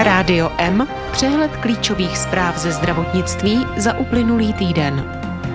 Rádio M, přehled klíčových zpráv ze zdravotnictví za uplynulý týden.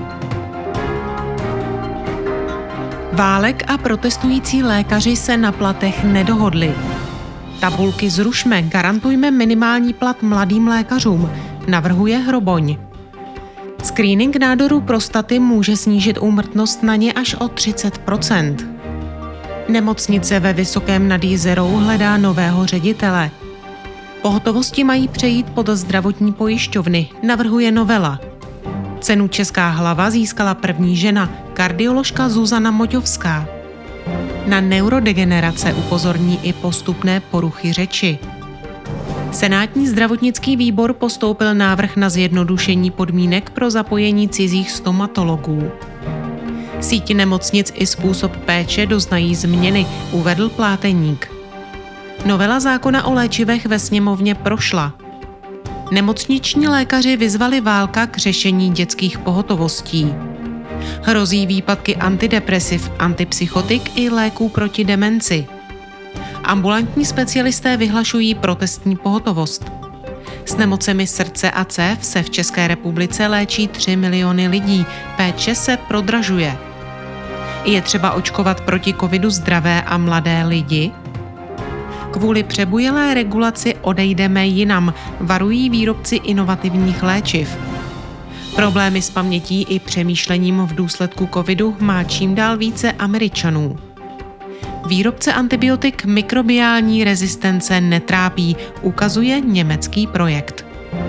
Válek a protestující lékaři se na platech nedohodli. Tabulky zrušme, garantujme minimální plat mladým lékařům, navrhuje Hroboň. Screening nádoru prostaty může snížit úmrtnost na ně až o 30%. Nemocnice ve Vysokém nad Jizerou hledá nového ředitele. Pohotovosti mají přejít pod zdravotní pojišťovny, navrhuje novela. Cenu Česká hlava získala první žena, kardioložka Zuzana Moťovská. Na neurodegenerace upozorní i postupné poruchy řeči. Senátní zdravotnický výbor postoupil návrh na zjednodušení podmínek pro zapojení cizích stomatologů. Síť nemocnic i způsob péče doznají změny, uvedl Pláteník. Novela zákona o léčivech ve sněmovně prošla. Nemocniční lékaři vyzvali Válka k řešení dětských pohotovostí. Hrozí výpadky antidepresiv, antipsychotik i léků proti demenci. Ambulantní specialisté vyhlašují protestní pohotovost. S nemocemi srdce a cév se v České republice léčí 3 miliony lidí, péče se prodražuje. Je třeba očkovat proti covidu zdravé a mladé lidi? Kvůli přebujelé regulaci odejdeme jinam, varují výrobci inovativních léčiv. Problémy s pamětí i přemýšlením v důsledku covidu má čím dál více Američanů. Výrobce antibiotik mikrobiální rezistence netrápí, ukazuje německý projekt.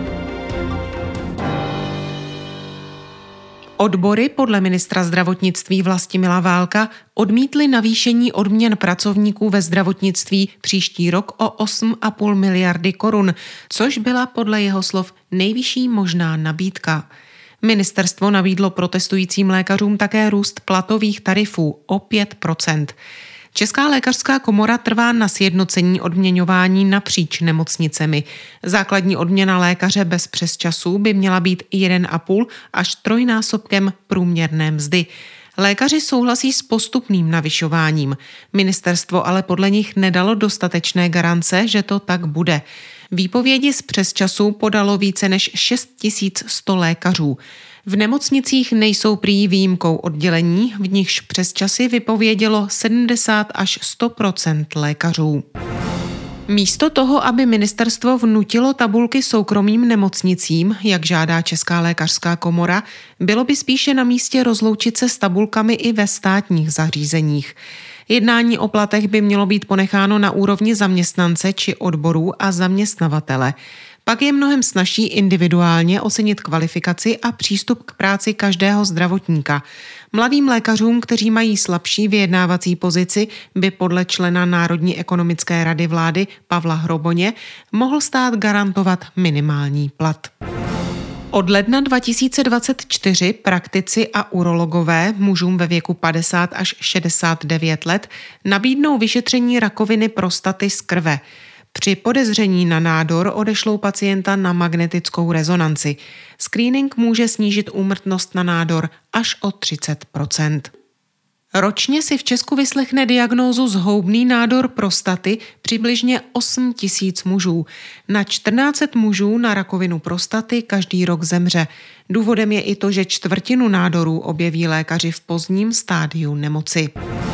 Odbory podle ministra zdravotnictví Vlastimila Válka odmítly navýšení odměn pracovníků ve zdravotnictví příští rok o 8,5 miliardy korun, což byla podle jeho slov nejvyšší možná nabídka. Ministerstvo nabídlo protestujícím lékařům také růst platových tarifů o 5%. Česká lékařská komora trvá na sjednocení odměňování napříč nemocnicemi. Základní odměna lékaře bez přesčasů by měla být 1,5 až 3násobkem průměrné mzdy. Lékaři souhlasí s postupným navyšováním. Ministerstvo ale podle nich nedalo dostatečné garance, že to tak bude. Výpovědi z přesčasů podalo více než 6100 lékařů. V nemocnicích nejsou prý výjimkou oddělení, v nichž přesčasy vypovědělo 70 až 100% lékařů. Místo toho, aby ministerstvo vnutilo tabulky soukromým nemocnicím, jak žádá Česká lékařská komora, bylo by spíše na místě rozloučit se s tabulkami i ve státních zařízeních. Jednání o platech by mělo být ponecháno na úrovni zaměstnance či odborů a zaměstnavatele. Pak je mnohem snazší individuálně ocenit kvalifikaci a přístup k práci každého zdravotníka. Mladým lékařům, kteří mají slabší vyjednávací pozici, by podle člena Národní ekonomické rady vlády Pavla Hroboně mohl stát garantovat minimální plat. Od ledna 2024 praktici a urologové mužům ve věku 50 až 69 let nabídnou vyšetření rakoviny prostaty z krve. Při podezření na nádor odešlou pacienta na magnetickou rezonanci. Screening může snížit úmrtnost na nádor až o 30%. Ročně si v Česku vyslechne diagnózu zhoubný nádor prostaty přibližně 8 000 mužů. Na 1400 mužů na rakovinu prostaty každý rok zemře. Důvodem je i to, že čtvrtinu nádorů objeví lékaři v pozdním stádiu nemoci.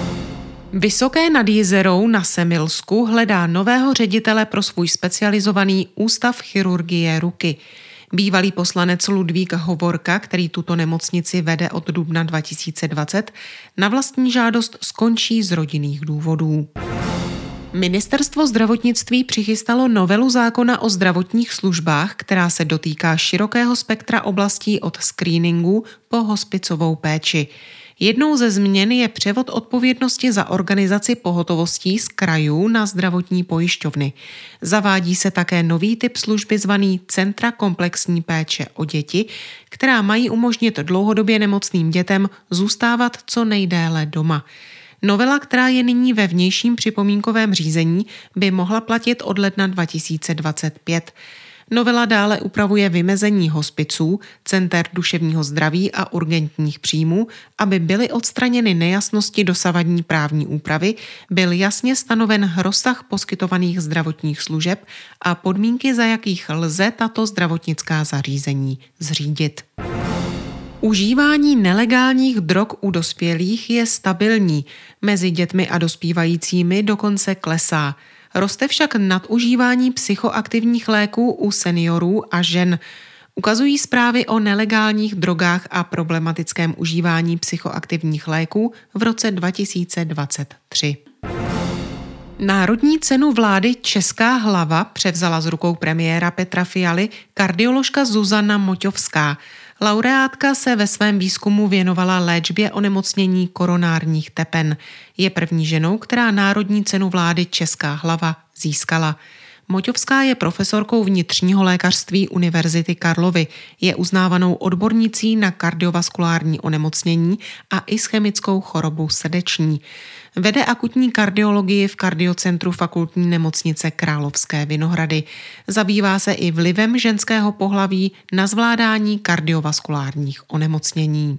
Vysoké nad Jizerou na Semilsku hledá nového ředitele pro svůj specializovaný ústav chirurgie ruky. Bývalý poslanec Ludvík Hovorka, který tuto nemocnici vede od dubna 2020, na vlastní žádost skončí z rodinných důvodů. Ministerstvo zdravotnictví přichystalo novelu zákona o zdravotních službách, která se dotýká širokého spektra oblastí od screeningu po hospicovou péči. Jednou ze změn je převod odpovědnosti za organizaci pohotovostí z krajů na zdravotní pojišťovny. Zavádí se také nový typ služby zvaný Centra komplexní péče o děti, která mají umožnit dlouhodobě nemocným dětem zůstávat co nejdéle doma. Novela, která je nyní ve vnějším připomínkovém řízení, by mohla platit od ledna 2025. Novela dále upravuje vymezení hospiců, center duševního zdraví a urgentních příjmů, aby byly odstraněny nejasnosti dosavadní právní úpravy, byl jasně stanoven rozsah poskytovaných zdravotních služeb a podmínky, za jakých lze tato zdravotnická zařízení zřídit. Užívání nelegálních drog u dospělých je stabilní, mezi dětmi a dospívajícími dokonce klesá. Roste však nadužívání psychoaktivních léků u seniorů a žen. Ukazují zprávy o nelegálních drogách a problematickém užívání psychoaktivních léků v roce 2023. Národní cenu vlády Česká hlava převzala z rukou premiéra Petra Fialy kardioložka Zuzana Moťovská. Laureátka se ve svém výzkumu věnovala léčbě onemocnění koronárních tepen. Je první ženou, která Národní cenu vlády Česká hlava získala. Moťovská je profesorkou vnitřního lékařství Univerzity Karlovy. Je uznávanou odbornicí na kardiovaskulární onemocnění a ischemickou chorobu srdeční. Vede akutní kardiologii v Kardiocentru Fakultní nemocnice Královské Vinohrady. Zabývá se i vlivem ženského pohlaví na zvládání kardiovaskulárních onemocnění.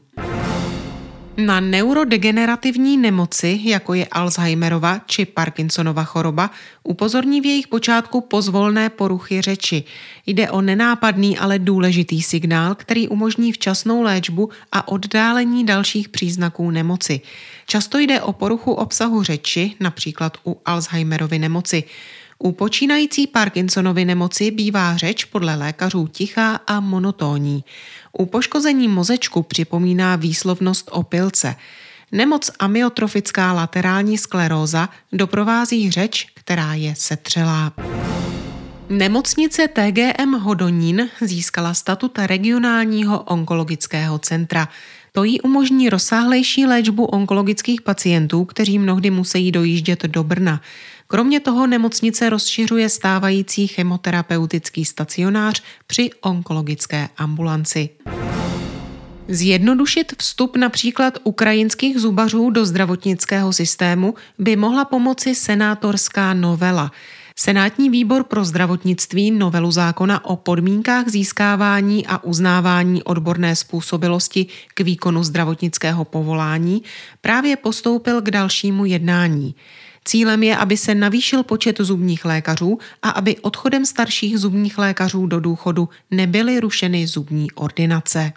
Na neurodegenerativní nemoci, jako je Alzheimerova či Parkinsonova choroba, upozorní v jejich počátku pozvolné poruchy řeči. Jde o nenápadný, ale důležitý signál, který umožní včasnou léčbu a oddálení dalších příznaků nemoci. Často jde o poruchu obsahu řeči, například u Alzheimerovy nemoci. U počínající Parkinsonovy nemoci bývá řeč podle lékařů tichá a monotónní. U poškození mozečku připomíná výslovnost opilce. Nemoc amyotrofická laterální skleróza doprovází řeč, která je setřelá. Nemocnice TGM Hodonín získala statut regionálního onkologického centra. To jí umožní rozsáhlejší léčbu onkologických pacientů, kteří mnohdy musí dojíždět do Brna. Kromě toho nemocnice rozšiřuje stávající chemoterapeutický stacionář při onkologické ambulanci. Zjednodušit vstup například ukrajinských zubařů do zdravotnického systému by mohla pomoci senátorská novela. Senátní výbor pro zdravotnictví novelu zákona o podmínkách získávání a uznávání odborné způsobilosti k výkonu zdravotnického povolání právě postoupil k dalšímu jednání. Cílem je, aby se navýšil počet zubních lékařů a aby odchodem starších zubních lékařů do důchodu nebyly rušeny zubní ordinace.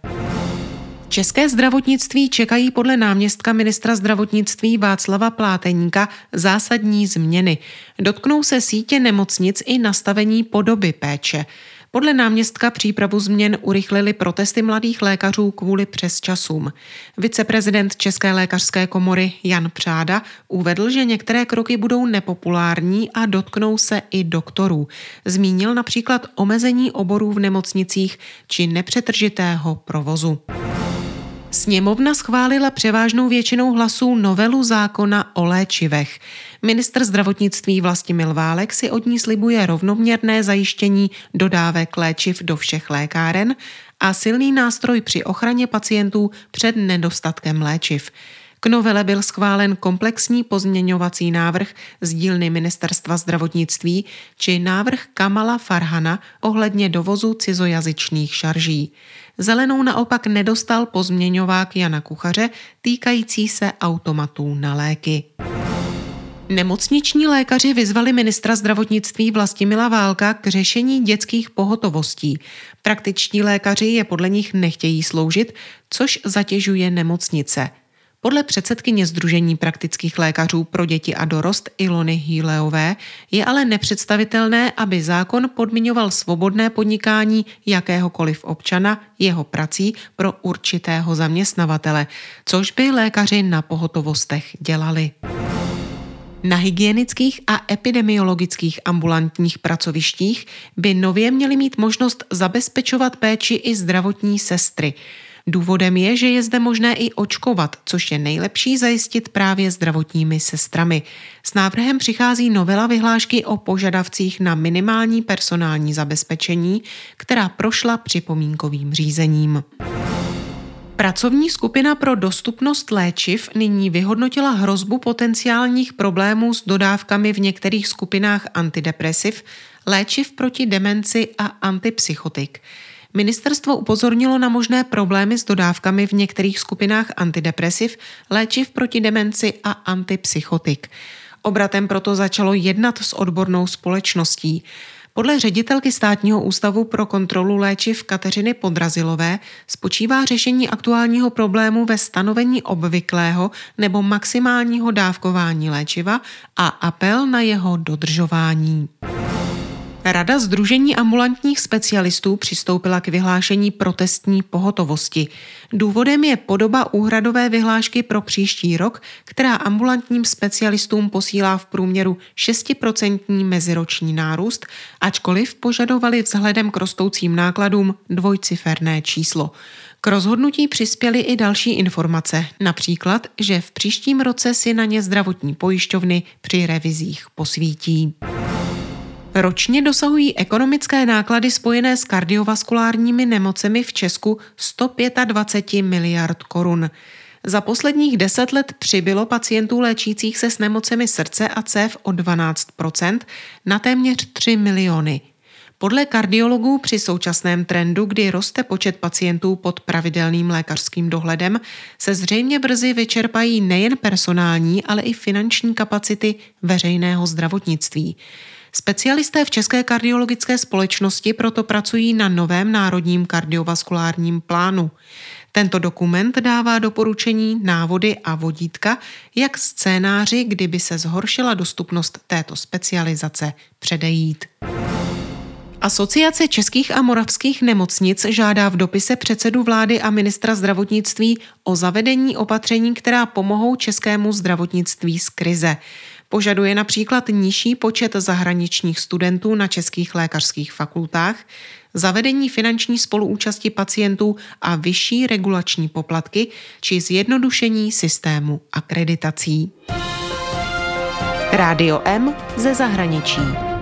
České zdravotnictví čekají podle náměstka ministra zdravotnictví Václava Pláteníka zásadní změny. Dotknou se sítě nemocnic i nastavení podoby péče. Podle náměstka přípravu změn urychlily protesty mladých lékařů kvůli přesčasům. Viceprezident České lékařské komory Jan Přáda uvedl, že některé kroky budou nepopulární a dotknou se i doktorů. Zmínil například omezení oborů v nemocnicích či nepřetržitého provozu. Sněmovna schválila převážnou většinou hlasů novelu zákona o léčivech. Ministr zdravotnictví Vlastimil Válek si od ní slibuje rovnoměrné zajištění dodávek léčiv do všech lékáren a silný nástroj při ochraně pacientů před nedostatkem léčiv. K novele byl schválen komplexní pozměňovací návrh z dílny Ministerstva zdravotnictví či návrh Kamala Farhana ohledně dovozu cizojazyčných šarží. Zelenou naopak nedostal pozměňovák Jana Kuchaře týkající se automatů na léky. Nemocniční lékaři vyzvali ministra zdravotnictví Vlastimila Válka k řešení dětských pohotovostí. Praktičtí lékaři je podle nich nechtějí sloužit, což zatěžuje nemocnice. Podle předsedkyně Sdružení praktických lékařů pro děti a dorost Ilony Hýleové je ale nepředstavitelné, aby zákon podmiňoval svobodné podnikání jakéhokoliv občana jeho prací pro určitého zaměstnavatele, což by lékaři na pohotovostech dělali. Na hygienických a epidemiologických ambulantních pracovištích by nově měly mít možnost zabezpečovat péči i zdravotní sestry. Důvodem je, že je zde možné i očkovat, což je nejlepší zajistit právě zdravotními sestrami. S návrhem přichází novela vyhlášky o požadavcích na minimální personální zabezpečení, která prošla připomínkovým řízením. Pracovní skupina pro dostupnost léčiv nyní vyhodnotila hrozbu potenciálních problémů s dodávkami v některých skupinách antidepresiv, léčiv proti demenci a antipsychotik. Ministerstvo upozornilo na možné problémy s dodávkami v některých skupinách antidepresiv, léčiv proti demenci a antipsychotik. Obratem proto začalo jednat s odbornou společností. Podle ředitelky Státního ústavu pro kontrolu léčiv Kateřiny Podrazilové spočívá řešení aktuálního problému ve stanovení obvyklého nebo maximálního dávkování léčiva a apel na jeho dodržování. Rada Sdružení ambulantních specialistů přistoupila k vyhlášení protestní pohotovosti. Důvodem je podoba úhradové vyhlášky pro příští rok, která ambulantním specialistům posílá v průměru 6% meziroční nárůst, ačkoliv požadovali vzhledem k rostoucím nákladům dvojciferné číslo. K rozhodnutí přispěly i další informace, například, že v příštím roce si na ně zdravotní pojišťovny při revizích posvítí. Ročně dosahují ekonomické náklady spojené s kardiovaskulárními nemocemi v Česku 125 miliard korun. Za posledních 10 let přibylo pacientů léčících se s nemocemi srdce a cév o 12%, na téměř 3 miliony. Podle kardiologů při současném trendu, kdy roste počet pacientů pod pravidelným lékařským dohledem, se zřejmě brzy vyčerpají nejen personální, ale i finanční kapacity veřejného zdravotnictví. Specialisté v České kardiologické společnosti proto pracují na novém národním kardiovaskulárním plánu. Tento dokument dává doporučení, návody a vodítka, jak scénáři, kdyby se zhoršila dostupnost této specializace, předejít. Asociace českých a moravských nemocnic žádá v dopise předsedu vlády a ministra zdravotnictví o zavedení opatření, která pomohou českému zdravotnictví z krize. Požaduje například nižší počet zahraničních studentů na českých lékařských fakultách, zavedení finanční spoluúčasti pacientů a vyšší regulační poplatky či zjednodušení systému akreditací. Rádio M ze zahraničí.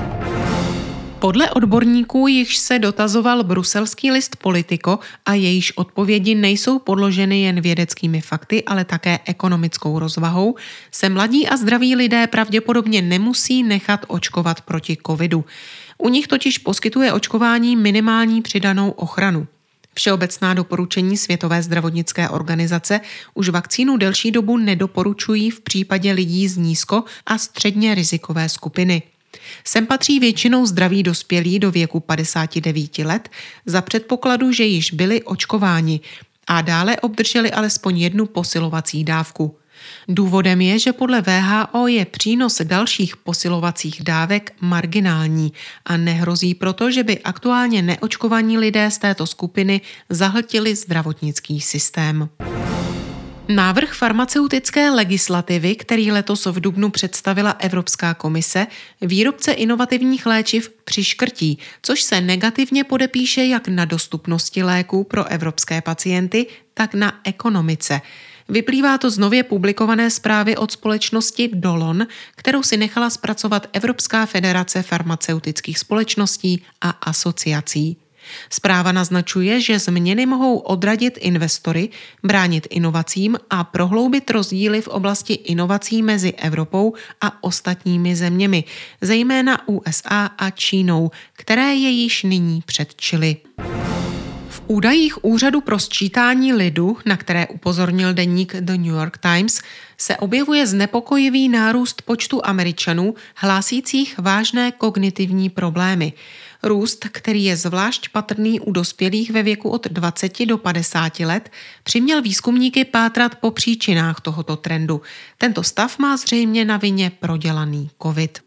Podle odborníků již se dotazoval bruselský list Politico a jejíž odpovědi nejsou podloženy jen vědeckými fakty, ale také ekonomickou rozvahou, se mladí a zdraví lidé pravděpodobně nemusí nechat očkovat proti covidu. U nich totiž poskytuje očkování minimální přidanou ochranu. Všeobecná doporučení Světové zdravotnické organizace už vakcínu delší dobu nedoporučují v případě lidí z nízko- a středně rizikové skupiny. Sem patří většinou zdraví dospělí do věku 59 let za předpokladu, že již byli očkováni a dále obdrželi alespoň jednu posilovací dávku. Důvodem je, že podle WHO je přínos dalších posilovacích dávek marginální a nehrozí proto, že by aktuálně neočkovaní lidé z této skupiny zahltili zdravotnický systém. Návrh farmaceutické legislativy, který letos v dubnu představila Evropská komise, výrobce inovativních léčiv přiškrtí, což se negativně podepíše jak na dostupnosti léků pro evropské pacienty, tak na ekonomice. Vyplývá to z nově publikované zprávy od společnosti Dolon, kterou si nechala zpracovat Evropská federace farmaceutických společností a asociací. Zpráva naznačuje, že změny mohou odradit investory, bránit inovacím a prohloubit rozdíly v oblasti inovací mezi Evropou a ostatními zeměmi, zejména USA a Čínou, které je již nyní předčily. V údajích Úřadu pro sčítání lidu, na které upozornil deník The New York Times, se objevuje znepokojivý nárůst počtu Američanů hlásících vážné kognitivní problémy. Růst, který je zvlášť patrný u dospělých ve věku od 20 do 50 let, přiměl výzkumníky pátrat po příčinách tohoto trendu. Tento stav má zřejmě na vině prodělaný COVID.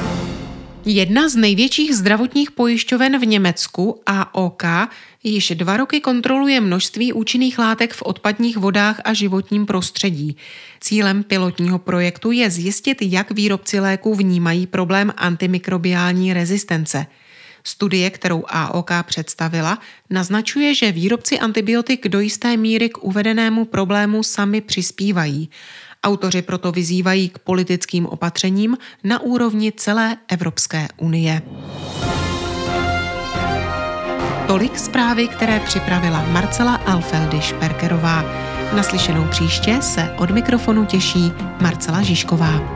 Jedna z největších zdravotních pojišťoven v Německu, AOK, již 2 roky kontroluje množství účinných látek v odpadních vodách a životním prostředí. Cílem pilotního projektu je zjistit, jak výrobci léků vnímají problém antimikrobiální rezistence. Studie, kterou AOK představila, naznačuje, že výrobci antibiotik do jisté míry k uvedenému problému sami přispívají. Autoři proto vyzývají k politickým opatřením na úrovni celé Evropské unie. Tolik zprávy, které připravila Marcela Alfeldy-Šperkerová. Naslyšenou příště se od mikrofonu těší Marcela Žižková.